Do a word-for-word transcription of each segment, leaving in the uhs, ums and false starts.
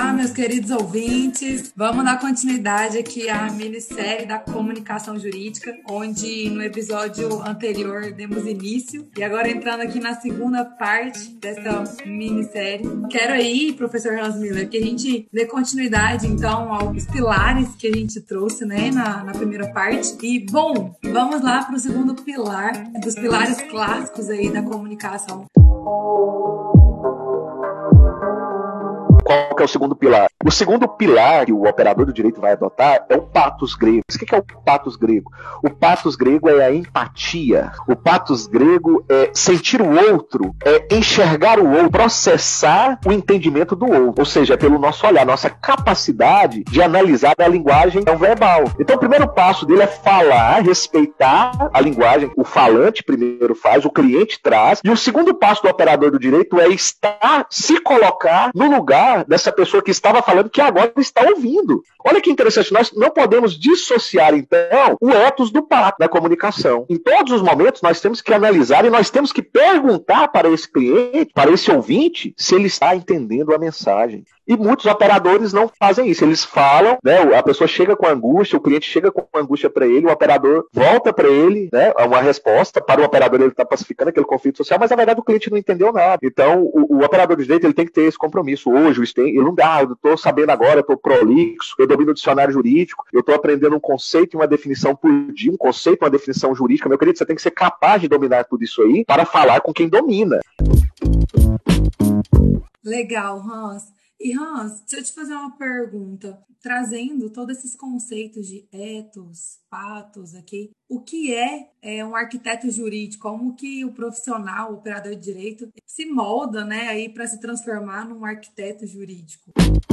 Olá, meus queridos ouvintes. Vamos dar continuidade aqui à minissérie da comunicação jurídica, onde no episódio anterior demos início. E agora entrando aqui na segunda parte dessa minissérie. Quero aí, professor Hans Miller, que a gente dê continuidade, então, aos pilares que a gente trouxe, né, na, na primeira parte. E, bom, vamos lá para o segundo pilar, dos pilares clássicos aí da comunicação. Qual que é o segundo pilar? O segundo pilar que o operador do direito vai adotar é o patos grego. O que é o patos grego? O patos grego é a empatia. O patos grego é sentir o outro, é enxergar o outro, processar o entendimento do outro. Ou seja, é pelo nosso olhar, nossa capacidade de analisar a linguagem não verbal. Então o primeiro passo dele é falar, respeitar a linguagem. O falante primeiro faz, o cliente traz. E o segundo passo do operador do direito é estar, se colocar no lugar dessa pessoa que estava falando, que agora está ouvindo. Olha que interessante, nós não podemos dissociar, então, o ethos do pato da comunicação. Em todos os momentos, nós temos que analisar e nós temos que perguntar para esse cliente, para esse ouvinte, se ele está entendendo a mensagem. E muitos operadores não fazem isso. Eles falam, né, a pessoa chega com angústia, o cliente chega com angústia para ele, o operador volta para ele, né, uma resposta. Para o operador, ele está pacificando aquele conflito social, mas na verdade o cliente não entendeu nada. Então, o, o operador de direito ele tem que ter esse compromisso. Hoje, ele não dá, eu estou sabendo agora, eu estou prolixo, eu domino o dicionário jurídico, eu estou aprendendo um conceito e uma definição por dia, um conceito e uma definição jurídica. Meu querido, você tem que ser capaz de dominar tudo isso aí para falar com quem domina. Legal, Hans. E Hans, deixa eu te fazer uma pergunta. Trazendo todos esses conceitos de ethos, patos aqui, o que é, é um arquiteto jurídico? Como que o profissional, o operador de direito, se molda, né, aí para se transformar num arquiteto jurídico?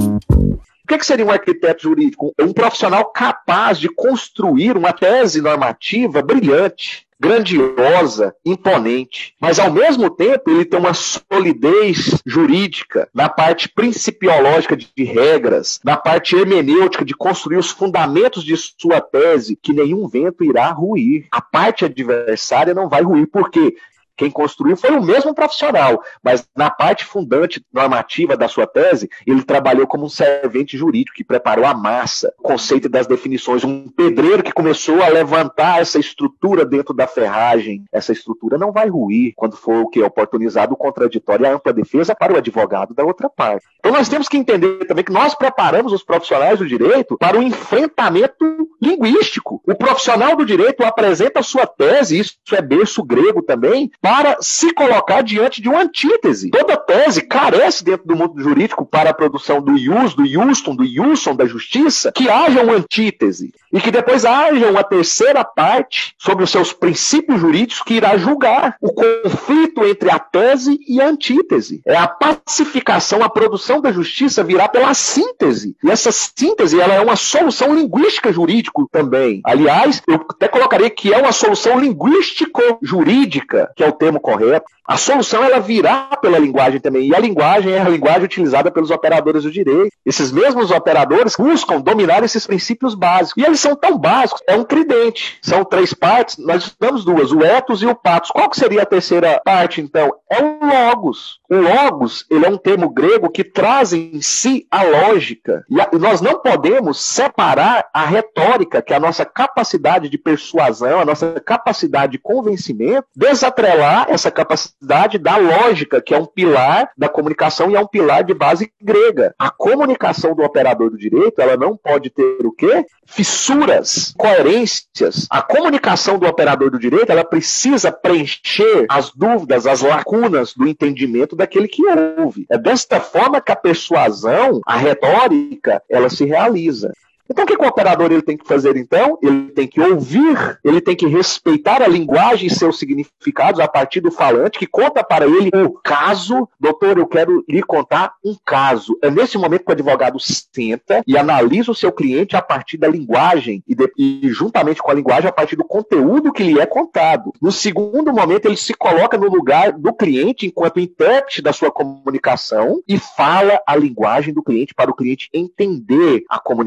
O que seria um arquiteto jurídico? Um profissional capaz de construir uma tese normativa brilhante, grandiosa, imponente, mas ao mesmo tempo ele tem uma solidez jurídica na parte principiológica de regras, na parte hermenêutica de construir os fundamentos de sua tese, que nenhum vento irá ruir. A parte adversária não vai ruir, por quê? Quem construiu foi o mesmo profissional, mas na parte fundante normativa da sua tese, ele trabalhou como um servente jurídico que preparou a massa, o conceito das definições, um pedreiro que começou a levantar essa estrutura dentro da ferragem. Essa estrutura não vai ruir quando for o que é oportunizado o contraditório e a ampla defesa para o advogado da outra parte. Então nós temos que entender também que nós preparamos os profissionais do direito para o enfrentamento linguístico. O profissional do direito apresenta a sua tese, isso é berço grego também, para se colocar diante de uma antítese. Toda tese carece dentro do mundo jurídico para a produção do ius, do iustum, do iusson da justiça, que haja uma antítese e que depois haja uma terceira parte sobre os seus princípios jurídicos que irá julgar o conflito entre a tese e a antítese. É a pacificação, a produção da justiça virá pela síntese. E essa síntese ela é uma solução linguística jurídica também. Aliás, eu até colocaria que é uma solução linguístico-jurídica, que é o termo correto. A solução ela virá pela linguagem também, e a linguagem é a linguagem utilizada pelos operadores do direito. Esses mesmos operadores buscam dominar esses princípios básicos, e eles são tão básicos, é um tridente. São três partes, nós estamos duas, o ethos e o patos. Qual que seria a terceira parte, então? É o logos. O logos, ele é um termo grego que traz em si a lógica, e, a, e nós não podemos separar a retórica, que é a nossa capacidade de persuasão, a nossa capacidade de convencimento, desatrelar essa capacidade da lógica, que é um pilar da comunicação e é um pilar de base grega. A comunicação do operador do direito, ela não pode ter o quê? Fissuras, coerências. A comunicação do operador do direito, ela precisa preencher as dúvidas, as lacunas do entendimento daquele que ouve. É desta forma que a persuasão, a retórica, ela se realiza. Então o que o operador ele tem que fazer então? Ele tem que ouvir, ele tem que respeitar a linguagem e seus significados a partir do falante, que conta para ele o caso. Doutor, eu quero lhe contar um caso. É nesse momento que o advogado senta e analisa o seu cliente a partir da linguagem e, de, e juntamente com a linguagem a partir do conteúdo que lhe é contado. No segundo momento, ele se coloca no lugar do cliente enquanto intérprete da sua comunicação e fala a linguagem do cliente para o cliente entender a comunicação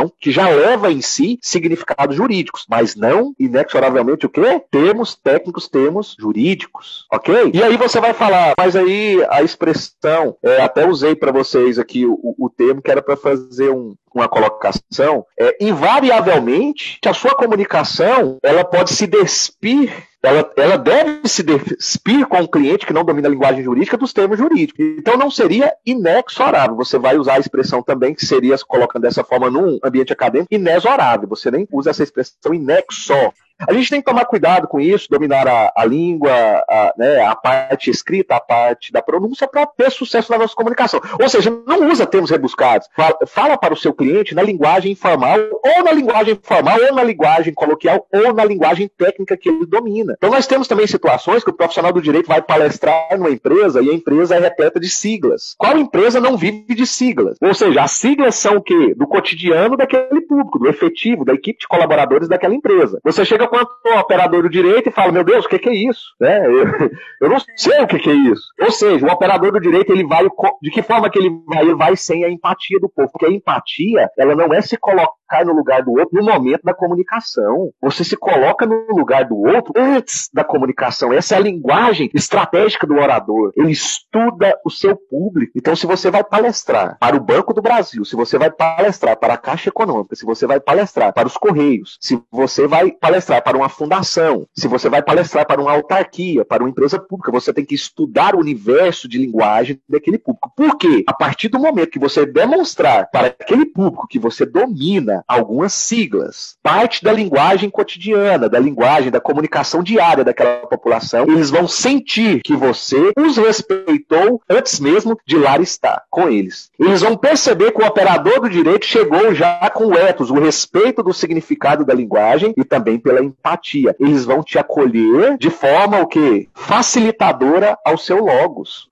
comunicação que já leva em si significados jurídicos, mas não inexoravelmente o quê? Termos técnicos, termos jurídicos, ok? E aí você vai falar, mas aí a expressão, é, até usei para vocês aqui o, o termo que era para fazer um, uma colocação, é, invariavelmente que a sua comunicação ela pode se despir, ela, ela deve se despir com o cliente que não domina a linguagem jurídica dos termos jurídicos. Então não seria inexorável. Você vai usar a expressão também, que seria, colocando dessa forma num ambiente acadêmico, inexorável. Você nem usa essa expressão inexo. A gente tem que tomar cuidado com isso, dominar a, a língua, a, né, a parte escrita, a parte da pronúncia, para ter sucesso na nossa comunicação. Ou seja, não usa termos rebuscados. Fala, fala para o seu cliente na linguagem informal, ou na linguagem formal, ou na linguagem coloquial, ou na linguagem técnica que ele domina. Então nós temos também situações que o profissional do direito vai palestrar numa empresa e a empresa é repleta de siglas. Qual empresa não vive de siglas? Ou seja, as siglas são o quê? Do cotidiano daquele público, do efetivo, da equipe de colaboradores daquela empresa. Você chega quanto o operador do direito e fala, meu Deus, o que, que é isso? Né? Eu, eu não sei o que, que é isso. Ou seja, o operador do direito, ele vai, de que forma que ele vai? Ele vai sem a empatia do povo, porque a empatia, ela não é se colocar no lugar do outro no momento da comunicação. Você se coloca no lugar do outro antes da comunicação. Essa é a linguagem estratégica do orador. Ele estuda o seu público. Então, se você vai palestrar para o Banco do Brasil, se você vai palestrar para a Caixa Econômica, se você vai palestrar para os Correios, se você vai palestrar para uma fundação, se você vai palestrar para uma autarquia, para uma empresa pública, você tem que estudar o universo de linguagem daquele público. Por quê? A partir do momento que você demonstrar para aquele público que você domina algumas siglas, parte da linguagem cotidiana, da linguagem, da comunicação diária daquela população, eles vão sentir que você os respeitou antes mesmo de lá estar com eles. Eles vão perceber que o operador do direito chegou já com o ethos, o respeito do significado da linguagem e também pela empatia. Eles vão te acolher de forma o quê? Facilitadora ao seu logos.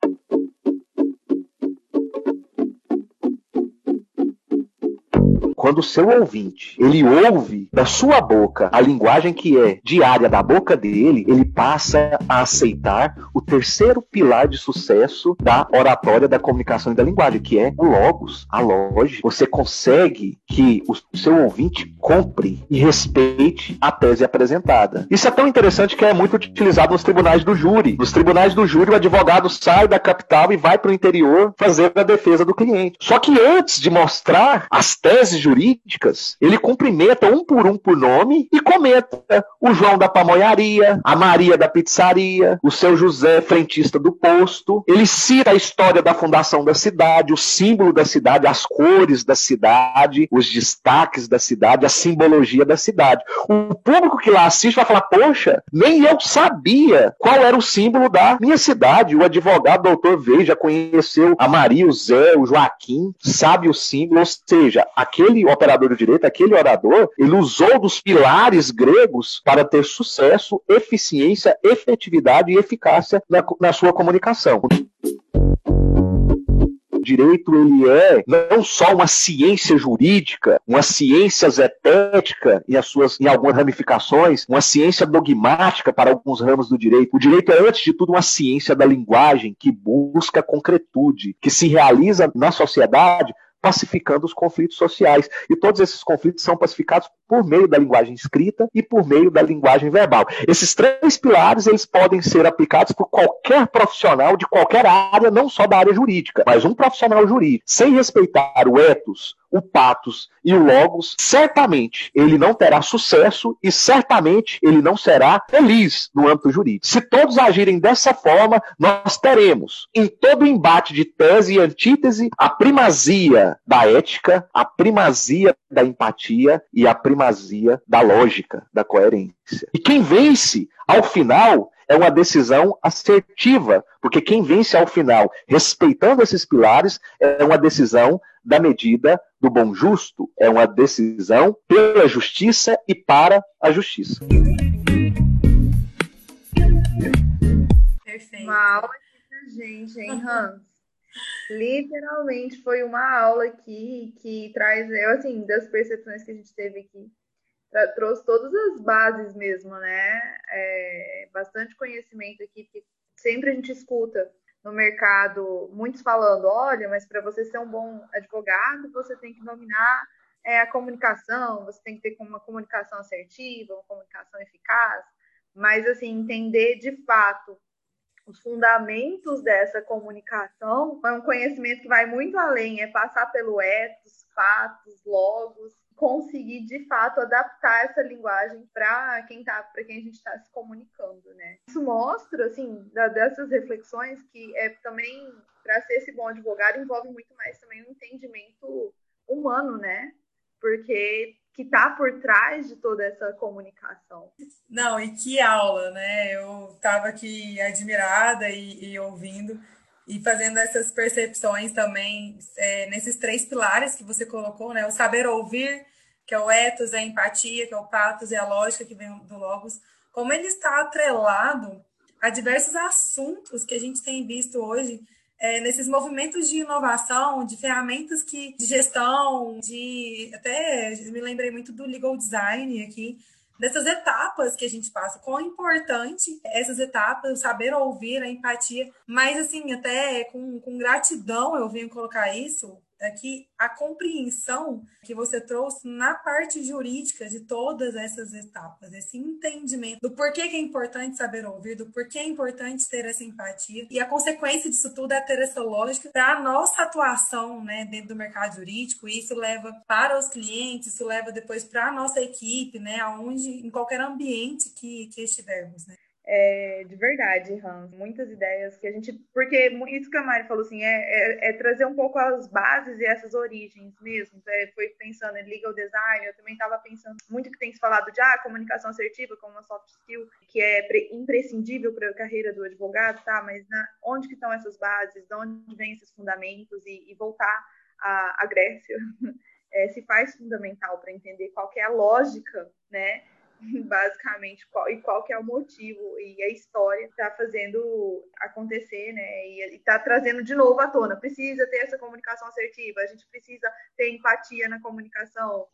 Quando o seu ouvinte, ele ouve da sua boca a linguagem que é diária da boca dele, ele passa a aceitar o terceiro pilar de sucesso da oratória, da comunicação e da linguagem, que é o logos, a lógica. Você consegue que o seu ouvinte compre e respeite a tese apresentada. Isso é tão interessante que é muito utilizado nos tribunais do júri. Nos tribunais do júri, o advogado sai da capital e vai para o interior fazer a defesa do cliente. Só que antes de mostrar as teses jurídicas, ele cumprimenta um por um por nome e comenta o João da pamonharia, a Maria da pizzaria, o seu José, frentista do posto. Ele cita a história da fundação da cidade, o símbolo da cidade, as cores da cidade, os destaques da cidade, a simbologia da cidade. O público que lá assiste vai falar, poxa, nem eu sabia qual era o símbolo da minha cidade. O advogado, doutor Veja, conheceu a Maria, o Zé, o Joaquim, sabe o símbolo, ou seja, aquele operador do direito, aquele orador, ele usou dos pilares gregos para ter sucesso, eficiência, efetividade e eficácia na, na sua comunicação. O direito, ele é não só uma ciência jurídica, uma ciência zetética em, as suas, em algumas ramificações, uma ciência dogmática para alguns ramos do direito. O direito é, antes de tudo, uma ciência da linguagem que busca concretude, que se realiza na sociedade pacificando os conflitos sociais. E todos esses conflitos são pacificados por meio da linguagem escrita e por meio da linguagem verbal. Esses três pilares, eles podem ser aplicados por qualquer profissional de qualquer área, não só da área jurídica, mas um profissional jurídico, sem respeitar o ethos, o patos e o logos, certamente ele não terá sucesso e certamente ele não será feliz no âmbito jurídico. Se todos agirem dessa forma, nós teremos, em todo embate de tese e antítese, a primazia da ética, a primazia da empatia e a primazia da lógica, da coerência. E quem vence, ao final, é uma decisão assertiva, porque quem vence ao final, respeitando esses pilares, é uma decisão da medida do bom justo, é uma decisão pela justiça e para a justiça. Perfeito. Uma aula aqui pra gente, hein, Hans? Literalmente foi uma aula aqui que traz, eu, assim, das percepções que a gente teve aqui, trouxe todas as bases mesmo, né? É, bastante conhecimento aqui, que sempre a gente escuta no mercado muitos falando, olha, mas para você ser um bom advogado, você tem que dominar é a comunicação, você tem que ter uma comunicação assertiva, uma comunicação eficaz, mas, assim, entender de fato os fundamentos dessa comunicação é um conhecimento que vai muito além, é passar pelo ethos, fatos, logos, conseguir, de fato, adaptar essa linguagem para quem tá, para quem a gente está se comunicando, né? Isso mostra, assim, da, dessas reflexões que é também, para ser esse bom advogado, envolve muito mais também um entendimento humano, né? Porque que está por trás de toda essa comunicação. Não, e que aula, né? Eu estava aqui admirada e, e ouvindo e fazendo essas percepções também é, nesses três pilares que você colocou, né? O saber ouvir, que é o ethos, a empatia, que é o pathos, e a lógica, que vem do logos, como ele está atrelado a diversos assuntos que a gente tem visto hoje, É, nesses movimentos de inovação, de ferramentas que, de gestão, de até me lembrei muito do legal design aqui, dessas etapas que a gente passa, quão importante essas etapas, o saber ouvir, a empatia, mas assim, até com, com gratidão eu venho colocar isso, aqui, a compreensão que você trouxe na parte jurídica de todas essas etapas, esse entendimento do porquê que é importante saber ouvir, do porquê é importante ter essa empatia, e a consequência disso tudo é ter essa lógica para a nossa atuação, né, dentro do mercado jurídico, e isso leva para os clientes, isso leva depois para a nossa equipe, né, aonde, em qualquer ambiente que, que estivermos, né. É, de verdade, Hans, muitas ideias que a gente... Porque isso que a Mari falou, assim, é, é, é trazer um pouco as bases e essas origens mesmo. É, foi pensando em legal design, eu também estava pensando muito que tem se falado de ah, comunicação assertiva como uma soft skill, que é pre- imprescindível para a carreira do advogado, tá? Mas na, onde que estão essas bases, de onde vêm esses fundamentos, e, e voltar à, à Grécia é, se faz fundamental para entender qual que é a lógica, né? Basicamente, qual, e qual que é o motivo e a história que está fazendo acontecer, né, e está trazendo de novo à tona. Precisa ter essa comunicação assertiva, a gente precisa ter empatia na comunicação.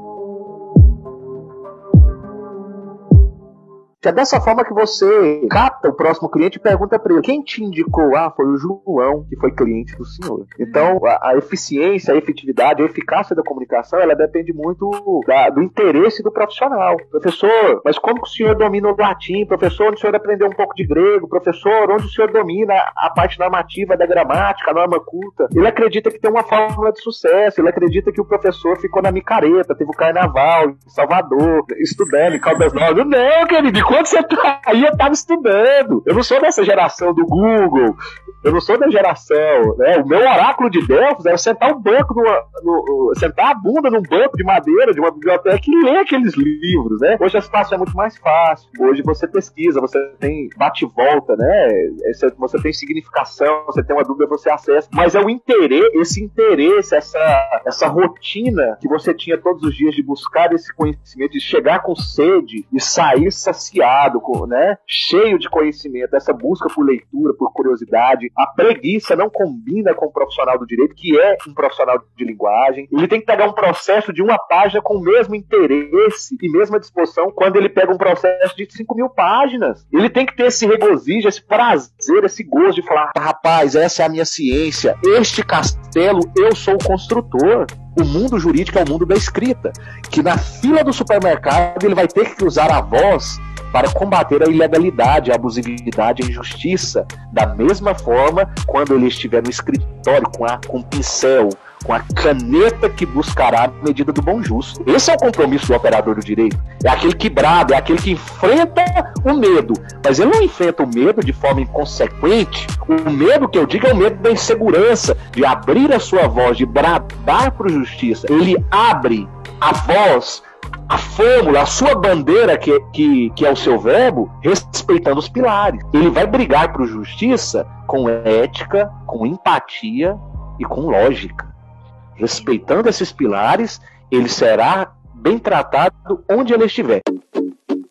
É dessa forma que você capta o próximo cliente e pergunta para ele: quem te indicou? Ah, foi o João, que foi cliente do senhor. Então, a, a eficiência, a efetividade, a eficácia da comunicação, ela depende muito da, do interesse do profissional. Professor, mas como que o senhor domina o latim? Professor, onde o senhor aprendeu um pouco de grego? Professor, onde o senhor domina a parte normativa da gramática, a norma culta? Ele acredita que tem uma fórmula de sucesso, ele acredita que o professor ficou na micareta, teve o carnaval em Salvador, estudando em Caldas Novas. Não, querido, quando você tá aí, eu tava estudando. Eu não sou dessa geração do Google. Eu não sou da geração, né? O meu oráculo de Delfos era sentar o banco no, no, sentar a bunda num banco de madeira de uma biblioteca e ler aqueles livros, né? Hoje a situação é muito mais fácil. Hoje você pesquisa, você tem bate e volta, né? Você tem significação, você tem uma dúvida, você acessa. Mas é o interesse, esse interesse, essa, essa rotina que você tinha todos os dias de buscar esse conhecimento, de chegar com sede e sair saciado, né? Cheio de conhecimento, essa busca por leitura, por curiosidade. A preguiça não combina com o profissional do direito, que é um profissional de linguagem. Ele tem que pegar um processo de uma página com o mesmo interesse e mesma disposição quando ele pega um processo de cinco mil páginas. Ele tem que ter esse regozijo, esse prazer, esse gosto de falar: rapaz, essa é a minha ciência, este castelo, eu sou o construtor. O mundo jurídico é o mundo da escrita, que na fila do supermercado ele vai ter que usar a voz para combater a ilegalidade, a abusividade, a injustiça. Da mesma forma, quando ele estiver no escritório com, a, com o pincel, com a caneta que buscará a medida do bom justo. Esse é o compromisso do operador do direito. É aquele que brada, é aquele que enfrenta o medo. Mas ele não enfrenta o medo de forma inconsequente. O medo que eu digo é o medo da insegurança, de abrir a sua voz, de bradar para a justiça. Ele abre a voz, a fórmula, a sua bandeira, que, que, que é o seu verbo, respeitando os pilares. Ele vai brigar por justiça com ética, com empatia e com lógica. Respeitando esses pilares, ele será bem tratado onde ele estiver.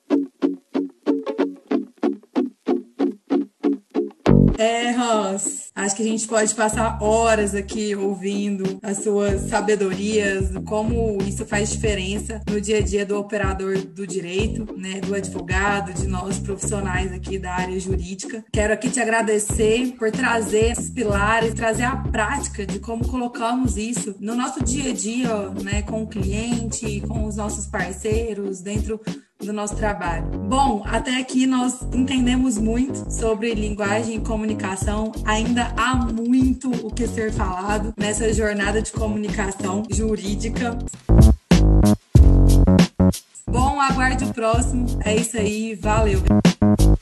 É, Hans, Acho que a gente pode passar horas aqui ouvindo as suas sabedorias, como isso faz diferença no dia a dia do operador do direito, né, do advogado, de nós profissionais aqui da área jurídica. Quero aqui te agradecer por trazer esses pilares, trazer a prática de como colocamos isso no nosso dia a dia, né, com o cliente, com os nossos parceiros, dentro do nosso trabalho. Bom, até aqui nós entendemos muito sobre linguagem e comunicação. Ainda há muito o que ser falado nessa jornada de comunicação jurídica. Bom, aguarde o próximo. É isso aí, valeu!